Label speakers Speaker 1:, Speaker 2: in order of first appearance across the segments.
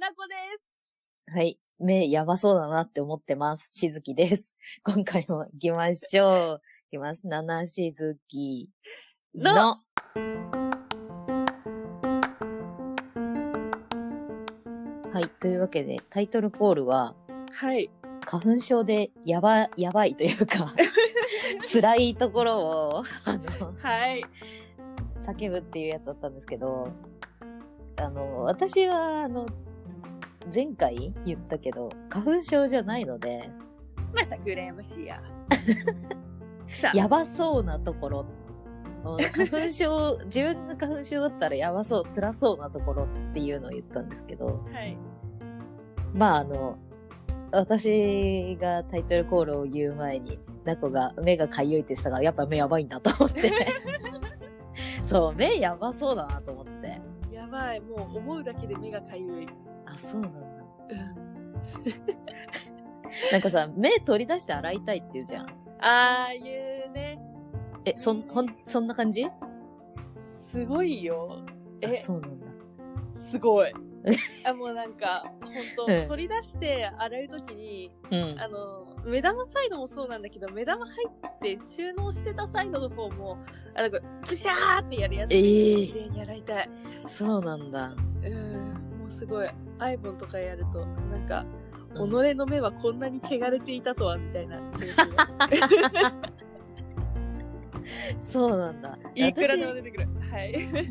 Speaker 1: なこです。
Speaker 2: はい。目やばそうだなって思ってます。しずきです。今回も行きましょう。いきます。七しずきの。はい。というわけで、タイトルコールは、
Speaker 1: はい。
Speaker 2: 花粉症でやばいというか、辛いところを、
Speaker 1: はい。
Speaker 2: 叫ぶっていうやつだったんですけど、私は、前回言ったけど、花粉症じゃないので、
Speaker 1: また羨ましいや。
Speaker 2: やばそうなところ、花粉症、自分が花粉症だったらやばそう、辛そうなところっていうのを言ったんですけど、
Speaker 1: はい。
Speaker 2: まあ私がタイトルコールを言う前に、ナコが目がかゆいって言ってたから、やっぱ目やばいんだと思って。そう、目やばそうだなと思って。
Speaker 1: やばい、もう思うだけで目がかゆい。
Speaker 2: あ、そうなんだ。なんかさ、目取り出して洗いたいって言うじゃん。
Speaker 1: あー、言うね。
Speaker 2: そんな感じ？
Speaker 1: すごいよ。
Speaker 2: そうなんだ。
Speaker 1: すごい。もうなんか、ほんと、
Speaker 2: うん、
Speaker 1: 取り出して洗うときに、
Speaker 2: うん、
Speaker 1: 目玉サイドもそうなんだけど、目玉入って収納してたサイドの方も、なんか、プシャーってやるやつで、綺麗に洗いたい。
Speaker 2: そうなんだ。
Speaker 1: もうすごい、アイボンとかやると、なんか、己の目はこんなに汚れていたとは、みたいな気持ちが。
Speaker 2: そうなんだ。
Speaker 1: いくらでも出てくる。はい。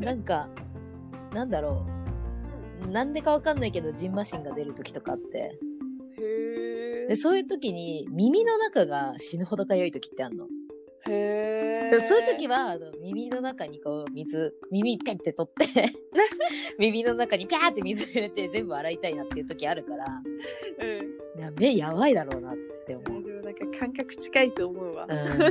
Speaker 2: なんか、なんだろう。なんでかわかんないけど、ジンマシンが出る時とかあって。で、そういう時に、耳の中が死ぬほどかゆい時ってあんの。そういう時は、耳の中にこう、耳ピャって取って耳の中にピャーって水入れて全部洗いたいなっていう時あるから、いや目やばいだろうなって思う。
Speaker 1: でもなんか感覚近いと思うわ。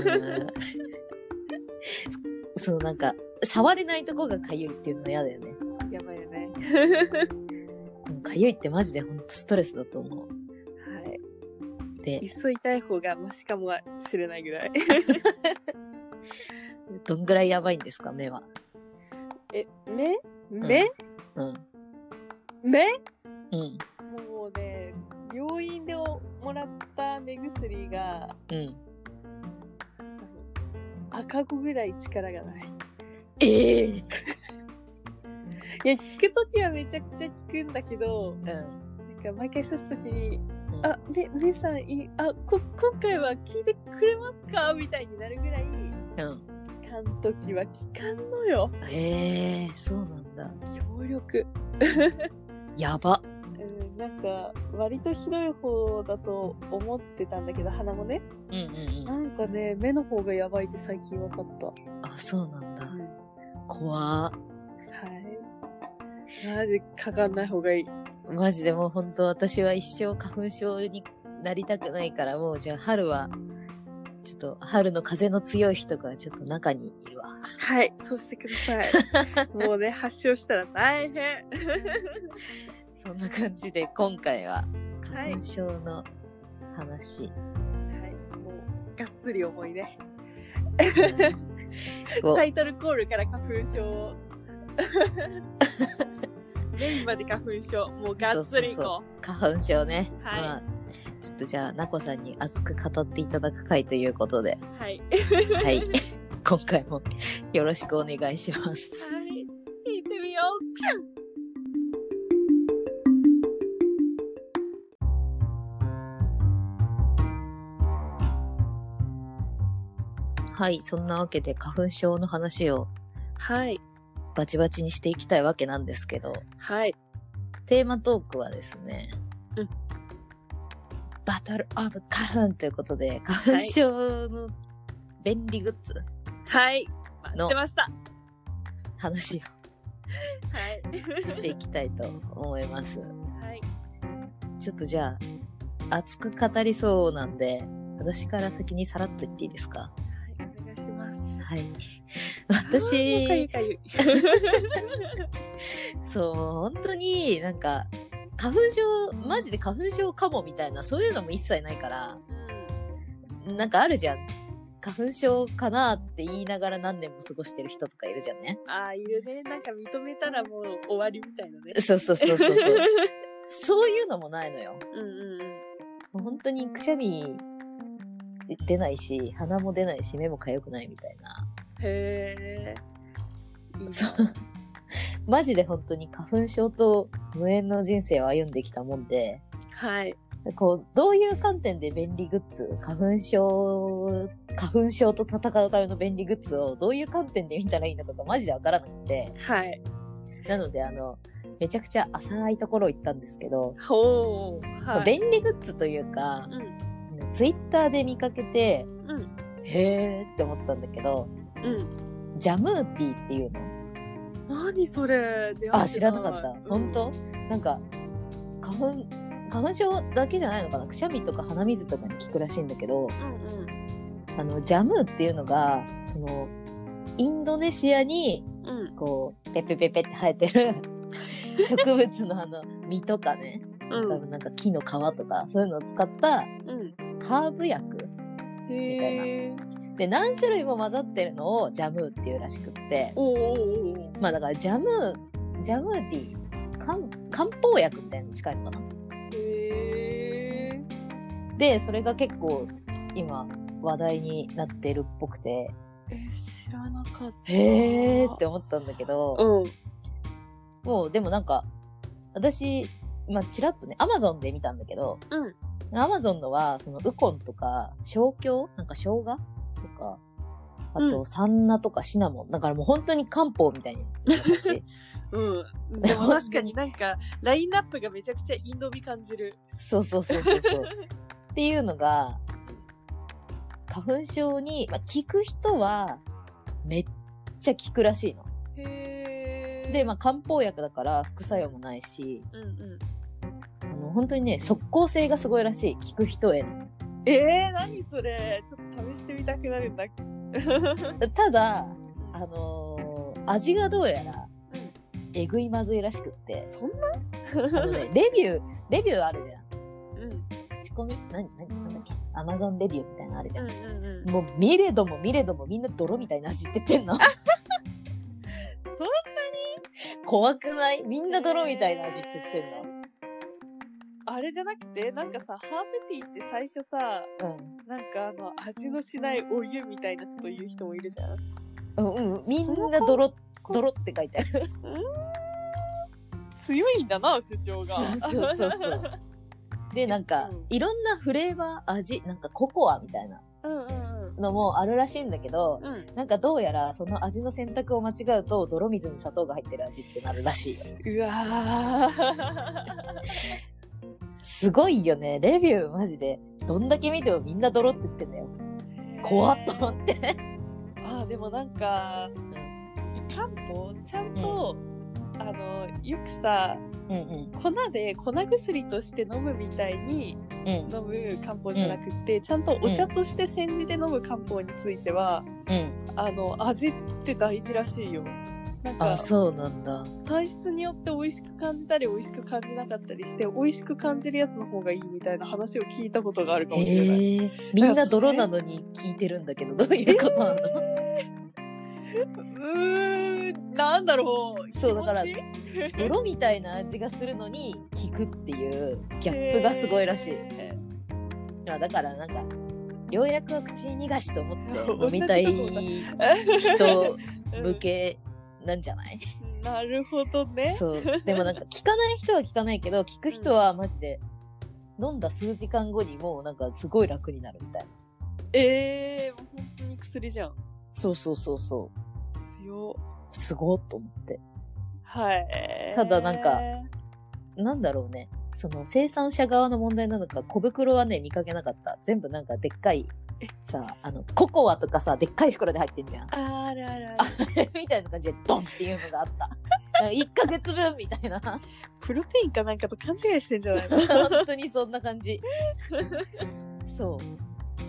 Speaker 2: そうなんか、触れないとこがかゆいっていうの嫌だよね。
Speaker 1: やばいよね。
Speaker 2: かゆいってマジでほんとストレスだと思う。
Speaker 1: はい。
Speaker 2: で、
Speaker 1: いっそ痛い方がマシかもしれないぐらい。
Speaker 2: どんぐらいやばいんですか、目は。
Speaker 1: 目、
Speaker 2: うん、
Speaker 1: 目、
Speaker 2: も
Speaker 1: うね、病院でもらった目薬が、赤子ぐらい力がない。いや、聞くときはめちゃくちゃ聞くんだけど、なんか毎回刺すときに、姉さん今回は聞いてくれますかみたいになるぐらい、聞かんときは聞かんのよ。
Speaker 2: そうなんだ。
Speaker 1: 強力。
Speaker 2: やば。
Speaker 1: なんか、割とひどい方だと思ってたんだけど、鼻もね。なんかね、目の方がやばいって最近分かった。
Speaker 2: あ、そうなんだ。怖っ。
Speaker 1: マジかかんない方がいい。
Speaker 2: マジでもうほんと私は一生花粉症になりたくないから、もうじゃあ春は、ちょっと春の風の強い日とかちょっと中にいるわ。
Speaker 1: はい、そうしてください。もうね、発症したら大変。
Speaker 2: そんな感じで今回は花粉症の話。
Speaker 1: はい、もうがっつり重いね。タイトルコールから花粉症。メインまで花粉症。もうがっつりいこう。
Speaker 2: 花粉症ね。
Speaker 1: はい。
Speaker 2: まあ、ちょっとじゃあ、なこさんに熱く語っていただく回ということで。
Speaker 1: はい。
Speaker 2: はい。今回もよろしくお願いします。
Speaker 1: はい。行ってみよう。クシャン。
Speaker 2: はい。そんなわけで花粉症の話を。
Speaker 1: はい。
Speaker 2: バチバチにしていきたいわけなんですけど。
Speaker 1: はい。
Speaker 2: テーマトークはですね。バトルオブ花粉ということで、花粉症の便利グッズ。
Speaker 1: はい。待ってました。
Speaker 2: 話を。
Speaker 1: はい。
Speaker 2: していきたいと思います。
Speaker 1: はい。
Speaker 2: ちょっとじゃあ、熱く語りそうなんで、私から先にさらっと言っていいですか？はい。私、そう、本当になんか、花粉症、マジで花粉症かもみたいな、そういうのも一切ないから、なんかあるじゃん。花粉症かなって言いながら何年も過ごしてる人とかいるじゃんね。
Speaker 1: いるね。なんか認めたらもう終わりみたいなね。
Speaker 2: そう。 そういうのもないのよ。
Speaker 1: うんうんうん。
Speaker 2: もう本当にくしゃみ出ないし、鼻も出ないし、目も痒くないみたいな。
Speaker 1: へー。いいな。
Speaker 2: そう。マジで本当に花粉症と無縁の人生を歩んできたもんで、
Speaker 1: はい。
Speaker 2: こう、どういう観点で便利グッズ、花粉症と戦うための便利グッズをどういう観点で見たらいいのかがマジでわからなくて。
Speaker 1: はい。
Speaker 2: なのでめちゃくちゃ浅いところ行ったんですけど、
Speaker 1: ほー。はい。
Speaker 2: 便利グッズというか、ツイッターで見かけて、へーって思ったんだけど、ジャムーティーっていうの。
Speaker 1: 何それ？
Speaker 2: 知らなかった。本当？なんか、花粉症だけじゃないのかな？くしゃみとか鼻水とかに効くらしいんだけど、ジャムーっていうのが、インドネシアに、こう、ペペペペって生えてる植物の実とかね、多分なんか木の皮とか、そういうのを使った、ハーブ薬みたいな。で、何種類も混ざってるのをジャムーっていうらしくって。まあだからジャムーティー、漢方薬みたいなの近いのかな。で、それが結構今話題になってるっぽくて。
Speaker 1: 知らなかった。
Speaker 2: へーって思ったんだけど、もうでもなんか、私、ちらっとね、アマゾンで見たんだけど、アマゾンのは、ウコンとか、生姜なんか生姜とか、あと、サンナとかシナモン。だからもう本当に漢方みたいな感じ。
Speaker 1: でも確かになんか、ラインナップがめちゃくちゃインド味感じる。
Speaker 2: そう。っていうのが、花粉症に、効く人は、めっちゃ効くらしいの。で、漢方薬だから副作用もないし、本当にね、即効性がすごいらしい。効く人への。
Speaker 1: 何それ？ちょっと試してみたくなるんだ。
Speaker 2: ただ、味がどうやら、えぐいまずいらしくって。
Speaker 1: そんな？
Speaker 2: レビューあるじゃん。口コミなんだっけ？アマゾンレビューみたいなのあるじゃん。もう見れどもみんな泥みたいな味って言ってんの。そんなに？怖くない？みんな泥みたいな味って言ってんの。
Speaker 1: あれじゃなくて、なんかさ、ハーブティーって最初さ、なんか味のしないお湯みたいなこと言う人もいるじゃん。
Speaker 2: みんな泥って書いてある。
Speaker 1: 強いんだな、主張が。
Speaker 2: そう。で、なんか、いろんなフレーバー、味、なんかココアみたいなのもあるらしいんだけど、なんかどうやらその味の選択を間違うと、泥水に砂糖が入ってる味ってなるらしいよ。
Speaker 1: うわー。
Speaker 2: すごいよね。レビューマジで。どんだけ見てもみんな泥って言ってんだよ。怖っと思って。
Speaker 1: でもなんか、漢方ちゃんと、よくさ、粉薬として飲むみたいに飲む漢方じゃなくって、ちゃんとお茶として煎じて飲む漢方については、味って大事らしいよ。なんか、
Speaker 2: そうなんだ。
Speaker 1: 体質によって美味しく感じたり美味しく感じなかったりして、美味しく感じるやつの方がいいみたいな話を聞いたことがあるかもしれない。
Speaker 2: みんな泥なのに聞いてるんだけど、どういうことなの？
Speaker 1: なんだろう。
Speaker 2: そう、だから、泥みたいな味がするのに効くっていうギャップがすごいらしい。だからなんか、良薬は口に逃がしと思って飲みたい人向けなんじゃない？
Speaker 1: なるほどね。
Speaker 2: そう。でもなんか効かない人は効かないけど、効く人はマジで飲んだ数時間後にもうなんかすごい楽になるみたいな。
Speaker 1: もう本当に薬じゃん。
Speaker 2: そう。
Speaker 1: 強。
Speaker 2: すごっと思って。
Speaker 1: はい。
Speaker 2: ただなんか、なんだろうね。生産者側の問題なのか、小袋はね、見かけなかった。全部なんかでっかい、さ、ココアとかさ、でっかい袋で入ってんじゃん。
Speaker 1: あれ
Speaker 2: みたいな感じでドンっていうのがあった。1ヶ月分みたいな。
Speaker 1: プロテインかなんかと勘違いしてんじゃないの？
Speaker 2: 本当にそんな感じ。そう。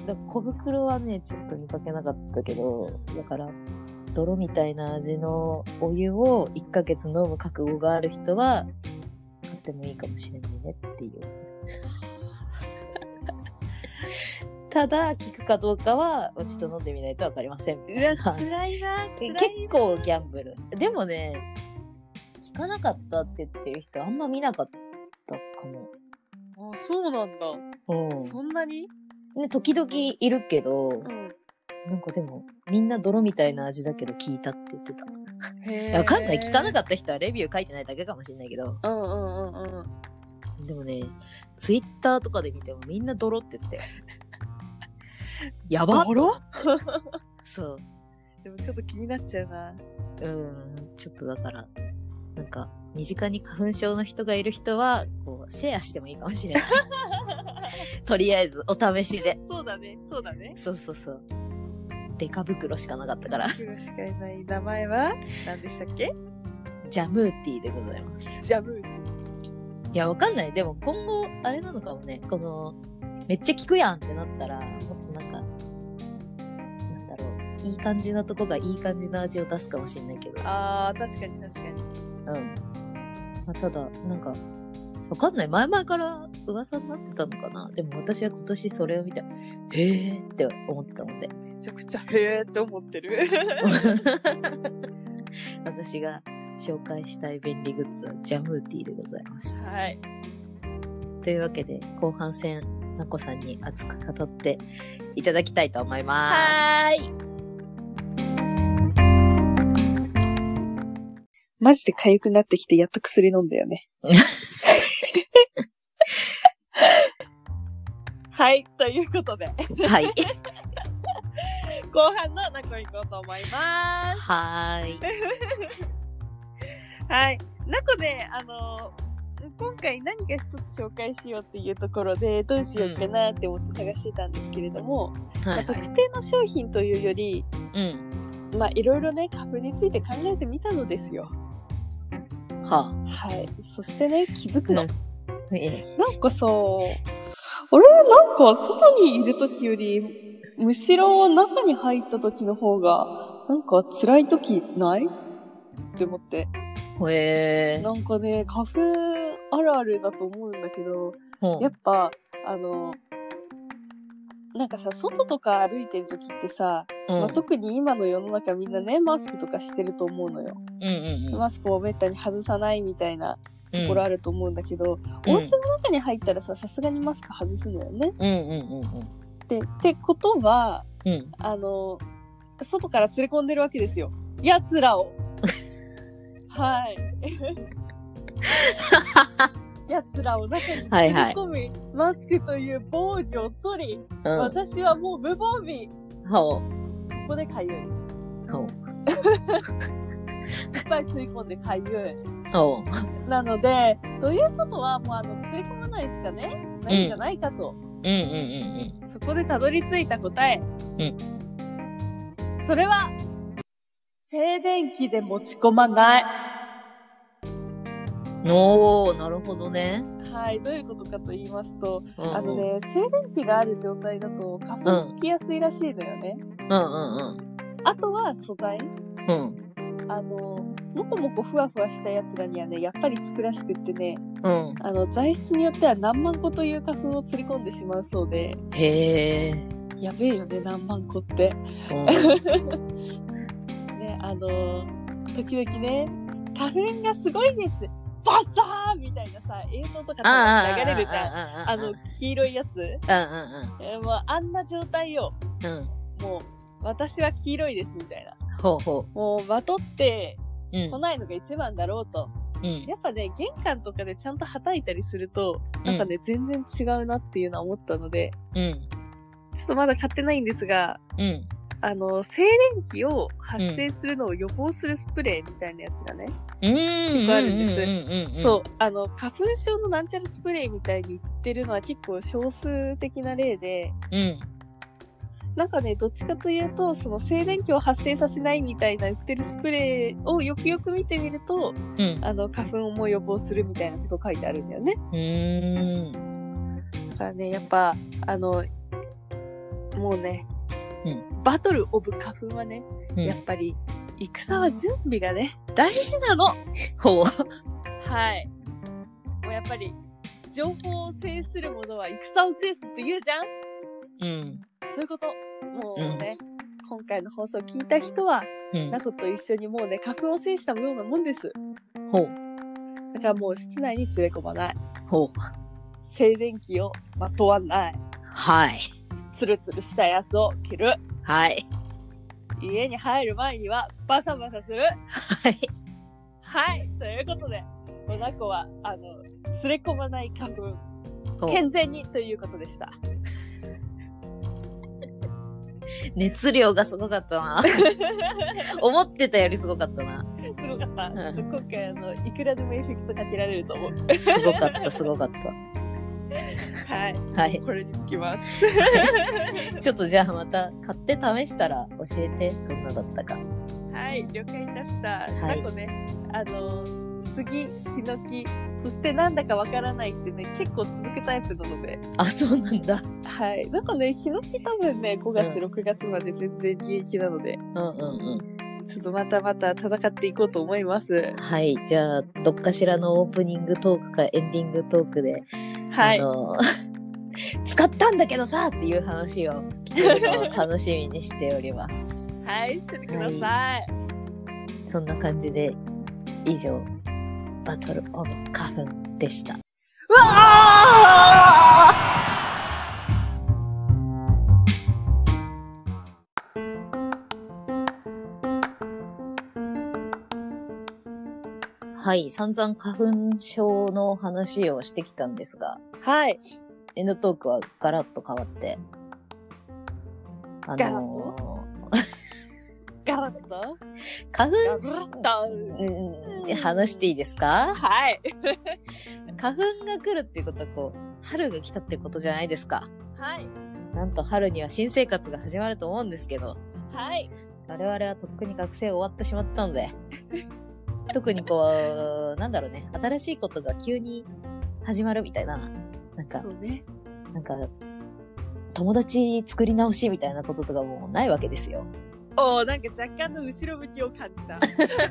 Speaker 2: だから小袋はね、ちょっと見かけなかったけど、だから、泥みたいな味のお湯を1ヶ月飲む覚悟がある人は、買ってもいいかもしれないねっていう。ただ、効くかどうかは、ちょっと飲んでみないとわかりません。
Speaker 1: うわ、辛いな。
Speaker 2: 結構ギャンブル。でもね、効かなかったって言ってる人あんま見なかったったかも。
Speaker 1: あ、そうなんだ。そんなに？
Speaker 2: ね、時々いるけど、なんかでも、みんな泥みたいな味だけど聞いたって言ってた。へー。わかんない。聞かなかった人はレビュー書いてないだけかもしれないけど。でもね、ツイッターとかで見てもみんな泥って言ってたよ。やばっ。泥？そう。
Speaker 1: でもちょっと気になっちゃうな。
Speaker 2: ちょっとだから、なんか、身近に花粉症の人がいる人は、こう、シェアしてもいいかもしれない。とりあえず、お試しで。
Speaker 1: そうだね。
Speaker 2: そう。デカ袋しかなかったから。
Speaker 1: 袋しかいない。名前は何でしたっけ？
Speaker 2: ジャムーティーでございます。
Speaker 1: ジャムーティ
Speaker 2: ー。いや、わかんない。でも今後、あれなのかもね。この、めっちゃ効くやんってなったら、もっとなんか、なんだろう。いい感じのとこがいい感じの味を出すかもしれないけど。
Speaker 1: あー、確かに。
Speaker 2: まあ、ただ、なんか、わかんない。前々から噂になってたのかな。でも私は今年それを見て、へーって思ったので。
Speaker 1: めちゃくちゃへーって思ってる。
Speaker 2: 私が紹介したい便利グッズはジャムーティーでございました。
Speaker 1: はい。
Speaker 2: というわけで、後半戦、なこさんに熱く語っていただきたいと思います。
Speaker 1: はーい。マジで痒くなってきてやっと薬飲んだよね。はい、ということで。
Speaker 2: はい。
Speaker 1: 後半のナコ行こうと思います。
Speaker 2: はーい。
Speaker 1: はい。ナコね、今回何か一つ紹介しようっていうところで、どうしようかなって思って探してたんですけれども、特定の商品というより、まあいろいろね、花粉について考えてみたのですよ。はい。そしてね、気づくの。なんかさ、あれなんか外にいるときより、むしろ中に入ったときの方が、なんか辛いときないって思って。なんかね、花粉あるあるだと思うんだけど、やっぱ、なんかさ、外とか歩いてるときってさ、まあ、特に今の世の中みんなね、マスクとかしてると思うのよ。マスクをめったに外さないみたいなところあると思うんだけど、お家の中に入ったらさすがにマスク外すのよね。ってことは、外から連れ込んでるわけですよ。奴らを。はい。奴らを中に連れ込み、マスクという防御を取り、私はもう無防備。そこでかゆい。いっぱい吸い込んでかゆい。なので、ということはもう連れ込まないしかね、ないんじゃないかと。そこでたどり着いた答え。それは、静電気で持ち込まない。
Speaker 2: なるほどね。
Speaker 1: はい、どういうことかと言いますと、静電気がある状態だと花粉つきやすいらしいのよね。あとは素材。もこもこふわふわしたやつらにはね、やっぱりつくらしくってね、材質によっては何万個という花粉を釣り込んでしまうそうで。
Speaker 2: へ
Speaker 1: ー。やべえよね、何万個って。ね、時々ね、花粉がすごいです。バッサーみたいなさ、映像とか流れるじゃん。黄色いやつ。もうあんな状態よ。もう、私は黄色いですみたいな。もう、まとって来ないのが一番だろうと。やっぱね、玄関とかでちゃんと叩いたりすると、なんかね、全然違うなっていうのは思ったので、ちょっとまだ買ってないんですが、静電気を発生するのを予防するスプレーみたいなやつがね、結構あるんです。そう、花粉症のなんちゃらスプレーみたいに言ってるのは結構少数的な例で、なんかね、どっちかというと、その静電気を発生させないみたいな売ってるスプレーをよくよく見てみると、花粉も予防するみたいなこと書いてあるんだよね。だからね、やっぱ、もうね、バトルオブ花粉はね、やっぱり、戦は準備がね、大事なの。はい。もうやっぱり、情報を制する者は戦を制すって言うじゃん。そういうこと。もうね、今回の放送を聞いた人は、ナコと一緒にもうね、花粉を制したようなもんです。だからもう室内に連れ込まない。
Speaker 2: ほう。
Speaker 1: 静電気をまとわない。
Speaker 2: はい。
Speaker 1: ツルツルしたやつを着る。
Speaker 2: はい。
Speaker 1: 家に入る前にはバサバサする。
Speaker 2: はい。
Speaker 1: はい。ということで、モナコは、連れ込まない花粉、健全にということでした。
Speaker 2: 熱量がすごかったな。思ってたよりすごかったな。
Speaker 1: すごかった。今回いくらでもエフェクトかけられると思う。
Speaker 2: すごかった、すごかった。
Speaker 1: はい。
Speaker 2: はい。
Speaker 1: これにつきます。
Speaker 2: ちょっとじゃあまた買って試したら教えて、どんなだったか。
Speaker 1: はい、了解いたした。
Speaker 2: はい、
Speaker 1: なんかね、杉、ヒノキ、そしてなんだかわからないってね、結構続くタイプなので。
Speaker 2: あ、そうなんだ。
Speaker 1: はい。なんかね、ヒノキ多分ね、5月、6月まで全然現役なので。ちょっとまた戦っていこうと思います。
Speaker 2: はい。じゃあ、どっかしらのオープニングトークかエンディングトークで、
Speaker 1: はい。
Speaker 2: 使ったんだけどさっていう話を聞くのを楽しみにしております。
Speaker 1: はい、しててください。はい、
Speaker 2: そんな感じで、以上、バトルオブ花粉でした。うわはい、散々花粉症の話をしてきたんですが、
Speaker 1: はい。
Speaker 2: エンドトークはガラッと変わって、
Speaker 1: ガラッとガラッと
Speaker 2: 花粉話していいですか？
Speaker 1: はい。
Speaker 2: 花粉が来るっていうことは春が来たってことじゃないですか。
Speaker 1: はい。
Speaker 2: なんと春には新生活が始まると思うんですけど。
Speaker 1: はい。
Speaker 2: 我々はとっくに学生終わってしまったので。特になんだろうね、新しいことが急に始まるみたいな。なんか、
Speaker 1: そうね。
Speaker 2: なんか、友達作り直しみたいなこととかもうないわけですよ。
Speaker 1: なんか若干の後ろ向きを感じた。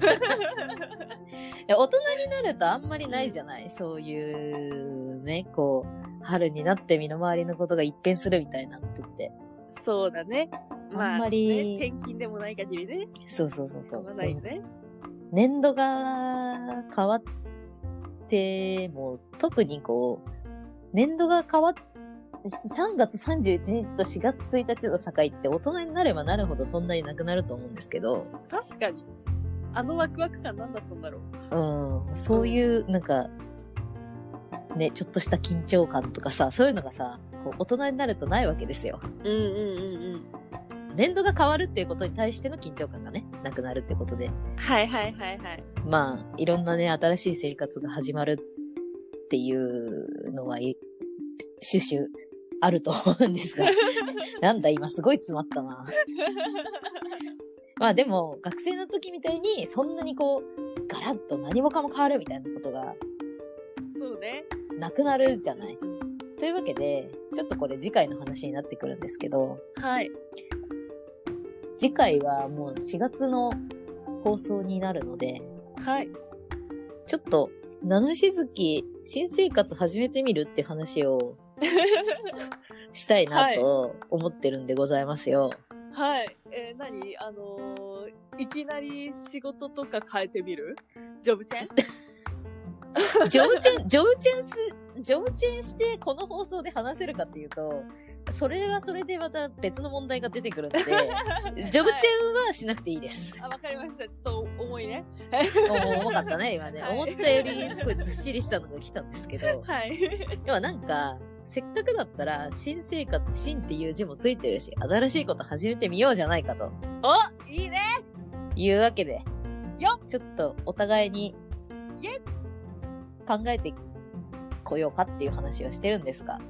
Speaker 2: 大人になるとあんまりないじゃない？そういうね、春になって身の回りのことが一変するみたいなことって。
Speaker 1: そうだね。
Speaker 2: まあ、あんまり、
Speaker 1: ね、転勤でもない限りね。
Speaker 2: そう。
Speaker 1: ないね。
Speaker 2: 年度が変わっても、特に年度が変わって、3月31日と4月1日の境って大人になればなるほどそんなになくなると思うんですけど。
Speaker 1: 確かに。ワクワク感なんだったんだろ
Speaker 2: う。そういう、なんか、ね、ちょっとした緊張感とかさ、そういうのがさ、大人になるとないわけですよ。年度が変わるっていうことに対しての緊張感がね、なくなるってことで。
Speaker 1: はい。
Speaker 2: まあ、いろんなね、新しい生活が始まるっていうのは、シュシュあると思うんですが。なんだ、今すごい詰まったな。まあでも、学生の時みたいに、そんなにガラッと何もかも変わるみたいなことが、
Speaker 1: そうね。
Speaker 2: なくなるじゃない。というわけで、ちょっとこれ次回の話になってくるんですけど、
Speaker 1: はい。
Speaker 2: 次回はもう4月の放送になるので、
Speaker 1: はい。
Speaker 2: ちょっと、七しずき、新生活始めてみるって話をしたいなと思ってるんでございますよ。
Speaker 1: はい。何？いきなり仕事とか変えてみる？ジョブチェン？
Speaker 2: ジョブチェンしてこの放送で話せるかっていうと、それはそれでまた別の問題が出てくるので、ジョブチェンはしなくていいです。
Speaker 1: わかりました。ちょっと重いね。
Speaker 2: 重かったね、今ね。はい、思ったよりすごいずっしりしたのが来たんですけど。
Speaker 1: はい。
Speaker 2: 要はなんか、せっかくだったら、新生活、新っていう字もついてるし、新しいこと始めてみようじゃないかと。
Speaker 1: いいね
Speaker 2: いうわけで、ちょっとお互いに、考えてこようかっていう話をしてるんですが。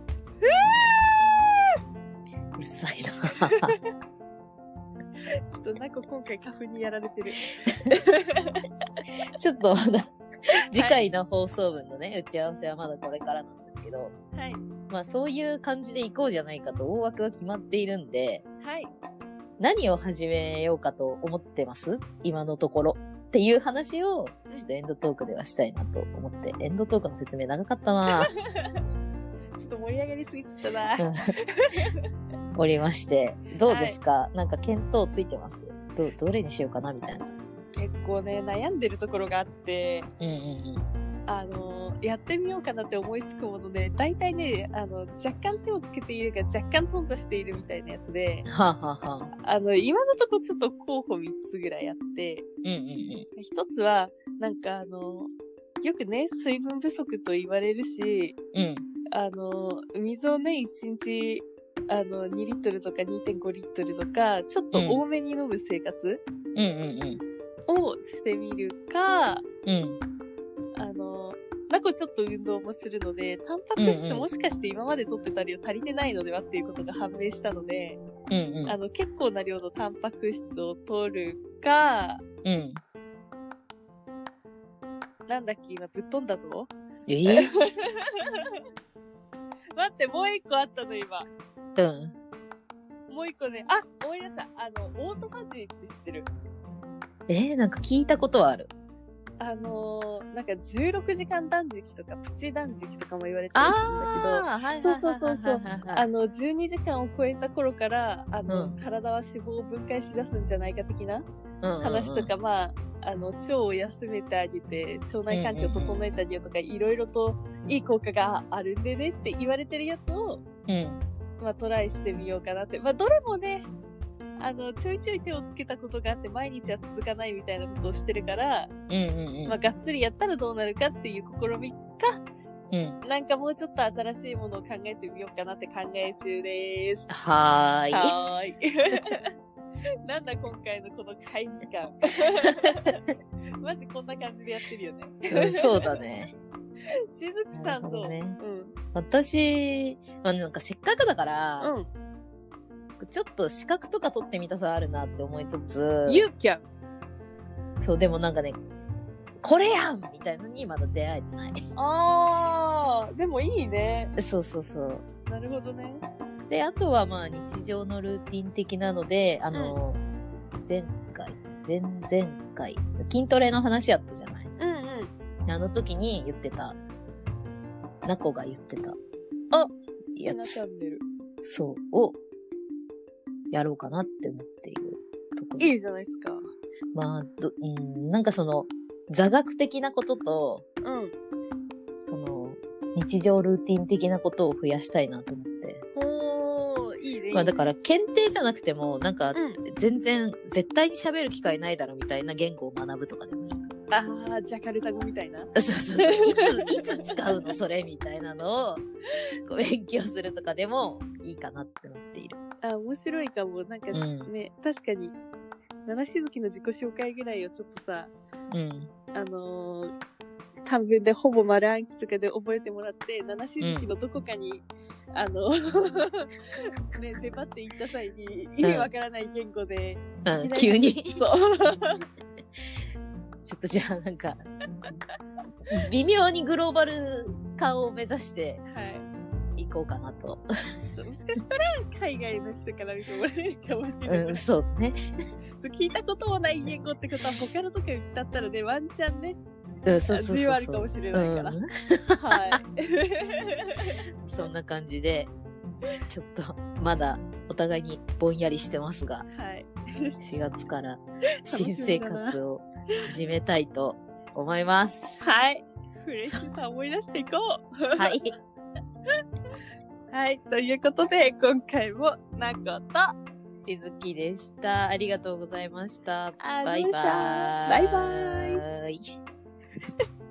Speaker 2: うるさいな。
Speaker 1: ちょっとなんか今回花粉にやられてる。
Speaker 2: ちょっとまだ次回の放送分のね、打ち合わせはまだこれからなんですけど、
Speaker 1: はい。
Speaker 2: まあそういう感じでいこうじゃないかと大枠が決まっているんで、
Speaker 1: はい。
Speaker 2: 何を始めようかと思ってます今のところ。っていう話を、ちょっとエンドトークではしたいなと思って、エンドトークの説明長かったな
Speaker 1: ちょっと盛り上がりすぎちゃったな
Speaker 2: おりまして、どうですか、はい、なんか見当ついてます？どれにしようかなみたいな。
Speaker 1: 結構ね、悩んでるところがあって、 やってみようかなって思いつくもので、大体ね、若干手をつけているが若干頓挫しているみたいなやつで、
Speaker 2: はあ、はあはあ、
Speaker 1: 今のとこちょっと候補3つぐらいあって、一つは、なんかよくね、水分不足と言われるし、水をね、1日、2リットルとか 2.5 リットルとか、ちょっと多めに飲む生活、をしてみるか、なんかちょっと運動もするので、タンパク質もしかして今まで取ってた量足りてないのではっていうことが判明したので、結構な量のタンパク質を取るか、なんだっけ、今ぶっ飛んだぞ。待って、もう一個あったの、今。もう一個ね、思い出した。オートファジーって知ってる？
Speaker 2: なんか聞いたことはある。
Speaker 1: なんか16時間断食とかプチ断食とかも言われてるんだけど、そう。12時間を超えた頃から、体は脂肪を分解し出すんじゃないか的な話とか、まあ、腸を休めてあげて、腸内環境を整えてあげようとか、いろいろといい効果があるんでねって言われてるやつを、まあトライしてみようかなって。まあどれもね、ちょいちょい手をつけたことがあって毎日は続かないみたいなことをしてるから、まあがっつりやったらどうなるかっていう試みか、なんかもうちょっと新しいものを考えてみようかなって考え中です。
Speaker 2: はーい。
Speaker 1: なんだ今回のこの会時間。マジこんな感じでやってるよね。
Speaker 2: そうだね。
Speaker 1: しずきさんと、
Speaker 2: 私、なんかせっかくだから、ちょっと資格とか取ってみたさあるなって思いつつ。
Speaker 1: You can!
Speaker 2: そう、でもなんかね、これやんみたいのにまだ出会えてない。
Speaker 1: でもいいね。
Speaker 2: そう。
Speaker 1: なるほどね。
Speaker 2: で、あとはまあ日常のルーティン的なので、前々回、筋トレの話やったじゃない。あの時に言ってた、ナコが言ってた、やつ。
Speaker 1: チャンネル。
Speaker 2: そう、を、やろうかなって思っているところ。
Speaker 1: いいじゃないですか。
Speaker 2: まあ、なんかその、座学的なことと、その、日常ルーティン的なことを増やしたいなと思って。
Speaker 1: いいね。
Speaker 2: まあだから、検定じゃなくても、なんか、全然、絶対に喋る機会ないだろみたいな言語を学ぶとかでもいい。
Speaker 1: ジャカルタ語みたいな。
Speaker 2: そう。いつ使うのそれみたいなのを、勉強するとかでもいいかなって思っている。
Speaker 1: 面白いかも。なんかね、確かに、七しずきの自己紹介ぐらいをちょっとさ、短文でほぼ丸暗記とかで覚えてもらって、七しずきのどこかに、ね、出張って行った際に、意味わからない言語で、
Speaker 2: 急に。
Speaker 1: そう。
Speaker 2: ちょっとじゃあなんか、微妙にグローバル化を目指して行こうかなと。
Speaker 1: もしかしたら海外の人から見てもらえるかもしれない。
Speaker 2: そうね。
Speaker 1: 聞いたこともない言語ってことは他のとこだったらね、ワンチャンね、
Speaker 2: 需
Speaker 1: 要あるかもしれないから。はい。
Speaker 2: そんな感じで、ちょっとまだお互いにぼんやりしてますが、4月から新生活を始めたいと思います。
Speaker 1: はい。フレッシュさ思い出していこう。
Speaker 2: はい。
Speaker 1: はい。ということで、今回もなこと
Speaker 2: しずきでした。ありがとうございました。
Speaker 1: バイバーイ。バイバーイ。